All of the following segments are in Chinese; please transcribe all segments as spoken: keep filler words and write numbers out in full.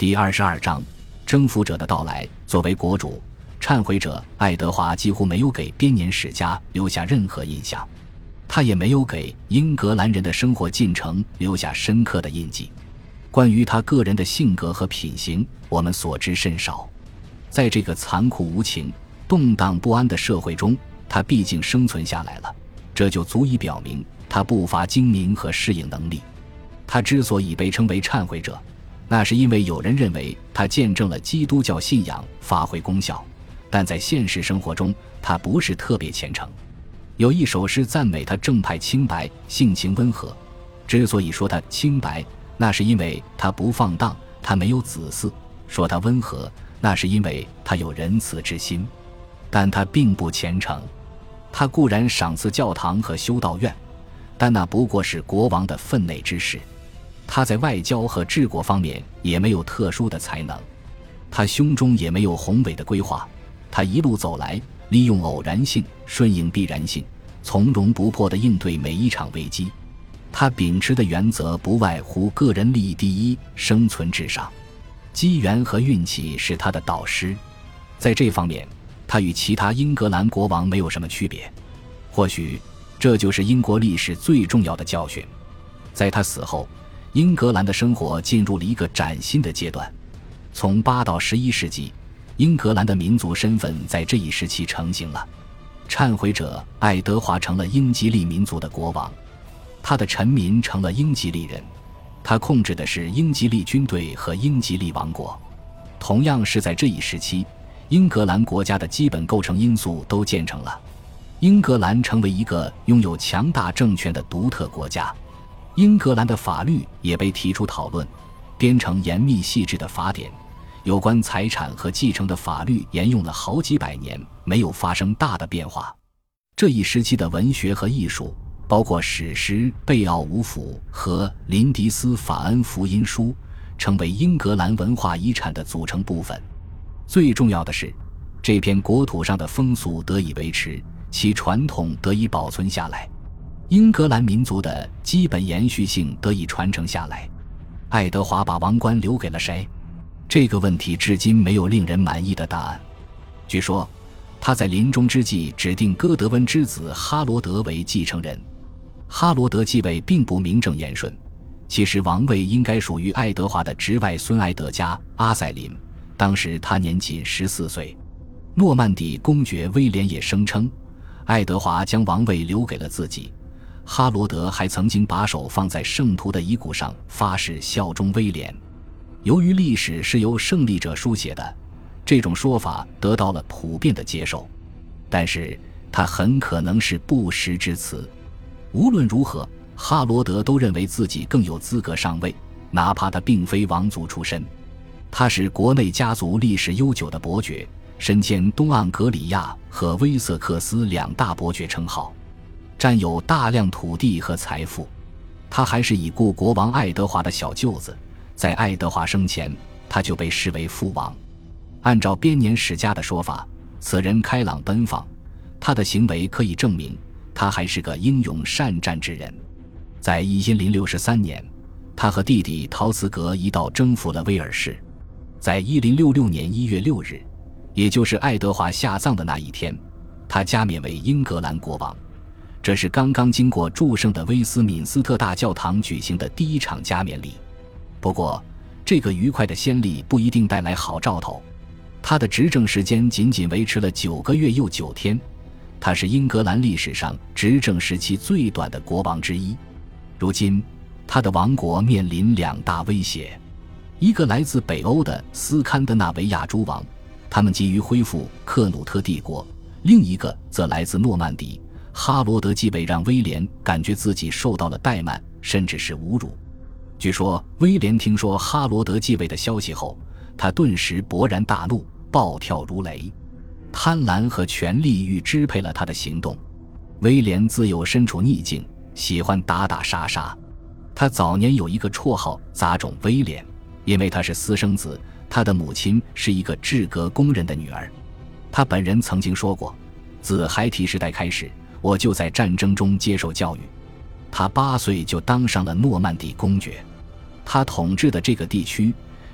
第二十二章，征服者的到来。作为国主，忏悔者爱德华几乎没有给编年史家留下任何印象，他也没有给英格兰人的生活进程留下深刻的印记。关于他个人的性格和品行，我们所知甚少。在这个残酷无情、动荡不安的社会中，他毕竟生存下来了，这就足以表明他不乏精明和适应能力。他之所以被称为忏悔者，那是因为有人认为他见证了基督教信仰发挥功效，但在现实生活中他不是特别虔诚。有一首诗赞美他正派清白，性情温和。之所以说他清白，那是因为他不放荡，他没有子嗣；说他温和，那是因为他有仁慈之心。但他并不虔诚。他固然赏赐教堂和修道院，但那不过是国王的分内之事。他在外交和治国方面也没有特殊的才能，他胸中也没有宏伟的规划。他一路走来，利用偶然性，顺应必然性，从容不迫地应对每一场危机。他秉持的原则不外乎个人利益第一，生存至上。机缘和运气是他的导师，在这方面他与其他英格兰国王没有什么区别。或许这就是英国历史最重要的教训。在他死后，英格兰的生活进入了一个崭新的阶段。从八到十一世纪，英格兰的民族身份在这一时期成型了。忏悔者爱德华成了英吉利民族的国王，他的臣民成了英吉利人，他控制的是英吉利军队和英吉利王国。同样是在这一时期，英格兰国家的基本构成因素都建成了。英格兰成为一个拥有强大政权的独特国家。英格兰的法律也被提出讨论，编成严密细致的法典，有关财产和继承的法律沿用了好几百年，没有发生大的变化。这一时期的文学和艺术，包括史诗《贝奥武甫》和林迪斯法恩福音书，成为英格兰文化遗产的组成部分。最重要的是，这片国土上的风俗得以维持，其传统得以保存下来，英格兰民族的基本延续性得以传承下来。爱德华把王冠留给了谁？这个问题至今没有令人满意的答案。据说他在临终之际指定哥德温之子哈罗德为继承人。哈罗德继位并不名正言顺，其实王位应该属于爱德华的侄外孙埃德加·阿塞林，当时他年仅十四岁。诺曼底公爵威廉也声称，爱德华将王位留给了自己。哈罗德还曾经把手放在圣徒的遗骨上，发誓效忠威廉。由于历史是由胜利者书写的，这种说法得到了普遍的接受，但是它很可能是不实之词。无论如何，哈罗德都认为自己更有资格上位，哪怕他并非王族出身。他是国内家族历史悠久的伯爵，身兼东盎格里亚和威瑟克斯两大伯爵称号，占有大量土地和财富。他还是已故国王爱德华的小舅子，在爱德华生前，他就被视为父王。按照编年史家的说法，此人开朗奔放，他的行为可以证明他还是个英勇善战之人。在一千零六十三年，他和弟弟陶茨格一道征服了威尔士。在一零六六年一月六日，也就是爱德华下葬的那一天，他加冕为英格兰国王。这是刚刚经过祝圣的威斯敏斯特大教堂举行的第一场加冕礼。不过，这个愉快的先例不一定带来好兆头。他的执政时间仅仅维持了九个月又九天，他是英格兰历史上执政时期最短的国王之一。如今，他的王国面临两大威胁，一个来自北欧的斯堪的纳维亚诸王，他们急于恢复克努特帝国；另一个则来自诺曼底。哈罗德继位让威廉感觉自己受到了怠慢，甚至是侮辱。据说威廉听说哈罗德继位的消息后，他顿时勃然大怒，暴跳如雷。贪婪和权力欲支配了他的行动。威廉自幼身处逆境，喜欢打打杀杀。他早年有一个绰号杂种威廉，因为他是私生子，他的母亲是一个制革工人的女儿。他本人曾经说过，自孩提时代开始，我就在战争中接受教育。他八岁就当上了诺曼底公爵。他统治的这个地区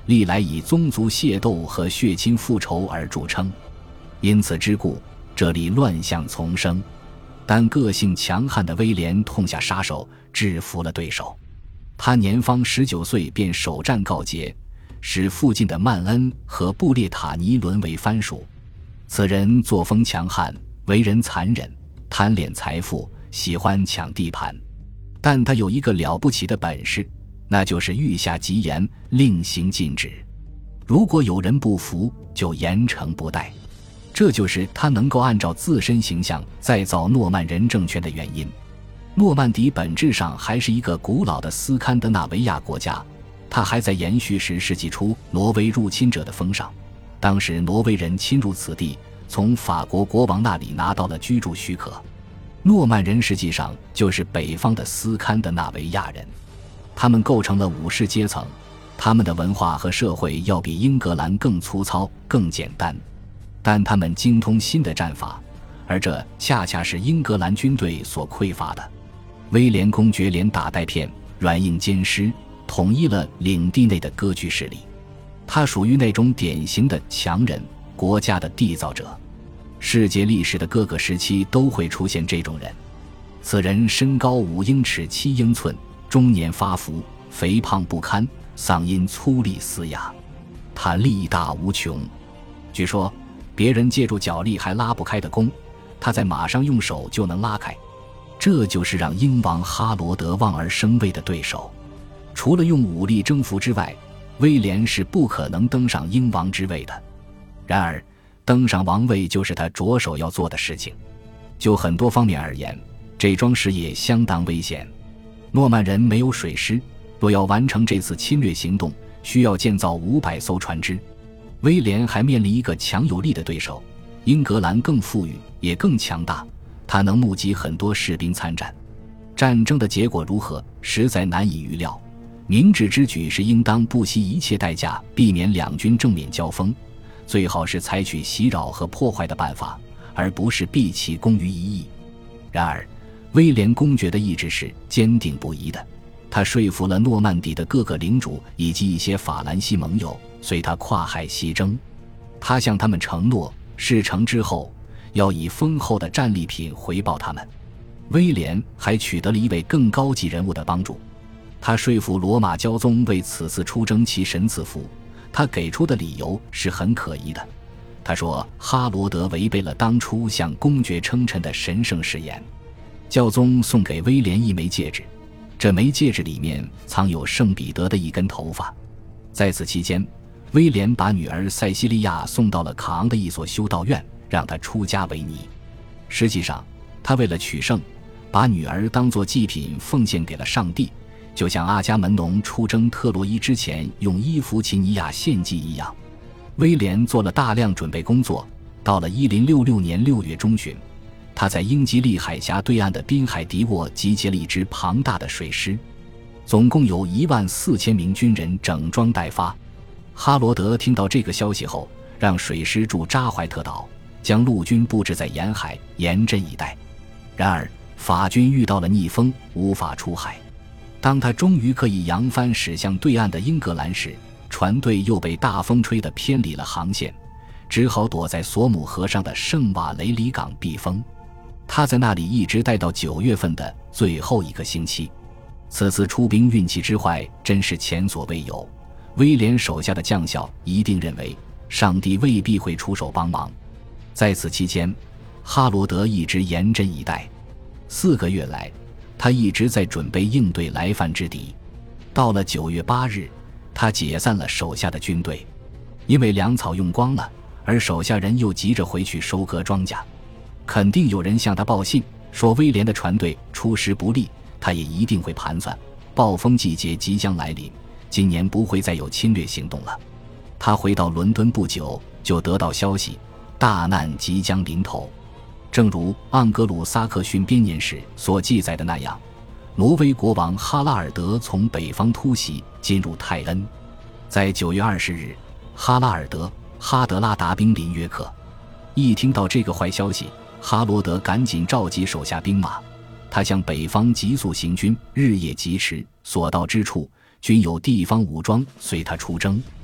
历来以宗族械斗和血亲复仇而著称，因此之故，这里乱象丛生。但个性强悍的威廉痛下杀手，制服了对手。他年方十九岁便首战告捷，使附近的曼恩和布列塔尼沦为藩属。此人作风强悍，为人残忍，贪恋财富，喜欢抢地盘。但他有一个了不起的本事，那就是御下极严，令行禁止。如果有人不服，就严惩不贷。这就是他能够按照自身形象再造诺曼人政权的原因。诺曼底本质上还是一个古老的斯堪的纳维亚国家，它还在延续十世纪初挪威入侵者的风尚。当时挪威人侵入此地，从法国国王那里拿到了居住许可。诺曼人实际上就是北方的斯堪的纳维亚人，他们构成了武士阶层，他们的文化和社会要比英格兰更粗糙、更简单。但他们精通新的战法，而这恰恰是英格兰军队所匮乏的。威廉公爵连打带骗，软硬兼施，统一了领地内的割据势力。他属于那种典型的强人，国家的缔造者。世界历史的各个时期都会出现这种人。此人身高五英尺七英寸，中年发福，肥胖不堪，嗓音粗粝嘶哑。他力大无穷，据说别人借助脚力还拉不开的弓，他在马上用手就能拉开。这就是让英王哈罗德望而生畏的对手。除了用武力征服之外，威廉是不可能登上英王之位的。然而登上王位就是他着手要做的事情。就很多方面而言，这桩事业相当危险。诺曼人没有水师，若要完成这次侵略行动，需要建造五百艘船只。威廉还面临一个强有力的对手，英格兰更富裕也更强大，他能募集很多士兵参战。战争的结果如何，实在难以预料。明智之举是应当不惜一切代价避免两军正面交锋，最好是采取袭扰和破坏的办法，而不是避其功于一役。然而威廉公爵的意志是坚定不移的，他说服了诺曼底的各个领主以及一些法兰西盟友随他跨海西征。他向他们承诺，事成之后要以丰厚的战利品回报他们。威廉还取得了一位更高级人物的帮助，他说服罗马教宗为此次出征其神赐福。他给出的理由是很可疑的，他说哈罗德违背了当初向公爵称臣的神圣誓言。教宗送给威廉一枚戒指，这枚戒指里面藏有圣彼得的一根头发。在此期间，威廉把女儿塞西利亚送到了卡昂的一所修道院，让她出家为尼。实际上他为了取胜，把女儿当作祭品奉献给了上帝，就像阿伽门农出征特洛伊之前用伊弗奇尼亚献祭一样。威廉做了大量准备工作，到了一零六六年六月中旬，他在英吉利海峡对岸的滨海迪沃集结了一支庞大的水师，总共有一万四千名军人整装待发。哈罗德听到这个消息后，让水师驻扎怀特岛，将陆军布置在沿海，严阵以待。然而法军遇到了逆风，无法出海。当他终于可以扬帆驶向对岸的英格兰时，船队又被大风吹得偏离了航线，只好躲在索姆河上的圣瓦雷里港避风。他在那里一直待到九月份的最后一个星期。此次出兵运气之坏真是前所未有，威廉手下的将校一定认为上帝未必会出手帮忙。在此期间，哈罗德一直严阵以待。四个月来，他一直在准备应对来犯之敌。到了九月八日，他解散了手下的军队，因为粮草用光了，而手下人又急着回去收割庄稼。肯定有人向他报信，说威廉的船队出师不利，他也一定会盘算，暴风季节即将来临，今年不会再有侵略行动了。他回到伦敦不久，就得到消息，大难即将临头。正如盎格鲁撒克逊编年史所记载的那样，挪威国王哈拉尔德从北方突袭，进入泰恩。在九月二十日，哈拉尔德、哈德拉达兵临约克。一听到这个坏消息，哈罗德赶紧召集手下兵马，他向北方急速行军，日夜疾驰，所到之处均有地方武装随他出征。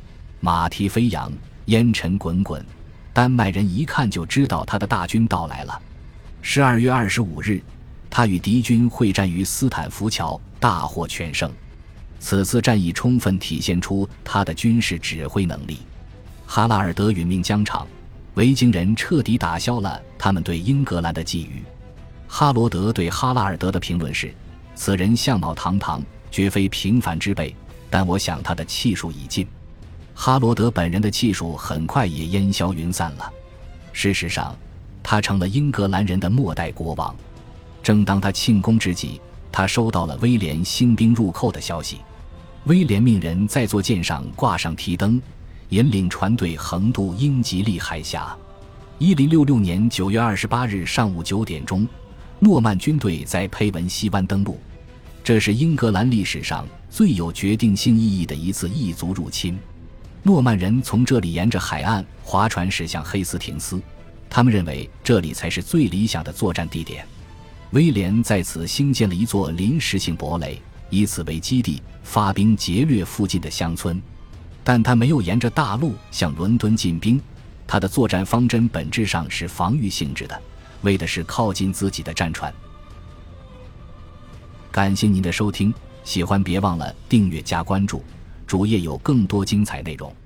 马蹄飞扬，烟尘滚滚，丹麦人一看就知道他的大军到来了。十二月二十五日，他与敌军会战于斯坦福桥，大获全胜。此次战役充分体现出他的军事指挥能力。哈拉尔德殒命疆场，维京人彻底打消了他们对英格兰的觊觎。哈罗德对哈拉尔德的评论是：此人相貌堂堂，绝非平凡之辈，但我想他的气数已尽。哈罗德本人的气数很快也烟消云散了。事实上，他成了英格兰人的末代国王。正当他庆功之际，他收到了威廉兴兵入寇的消息。威廉命人在座舰上挂上提灯，引领船队横渡英吉利海峡。一零六六年九月二十八日上午九点钟，诺曼军队在佩文西湾登陆。这是英格兰历史上最有决定性意义的一次异族入侵。诺曼人从这里沿着海岸划船驶向黑斯廷斯，他们认为这里才是最理想的作战地点。威廉在此兴建了一座临时性堡垒，以此为基地发兵劫掠附近的乡村。但他没有沿着大路向伦敦进兵，他的作战方针本质上是防御性质的，为的是靠近自己的战船。感谢您的收听，喜欢别忘了订阅加关注，主页有更多精彩内容。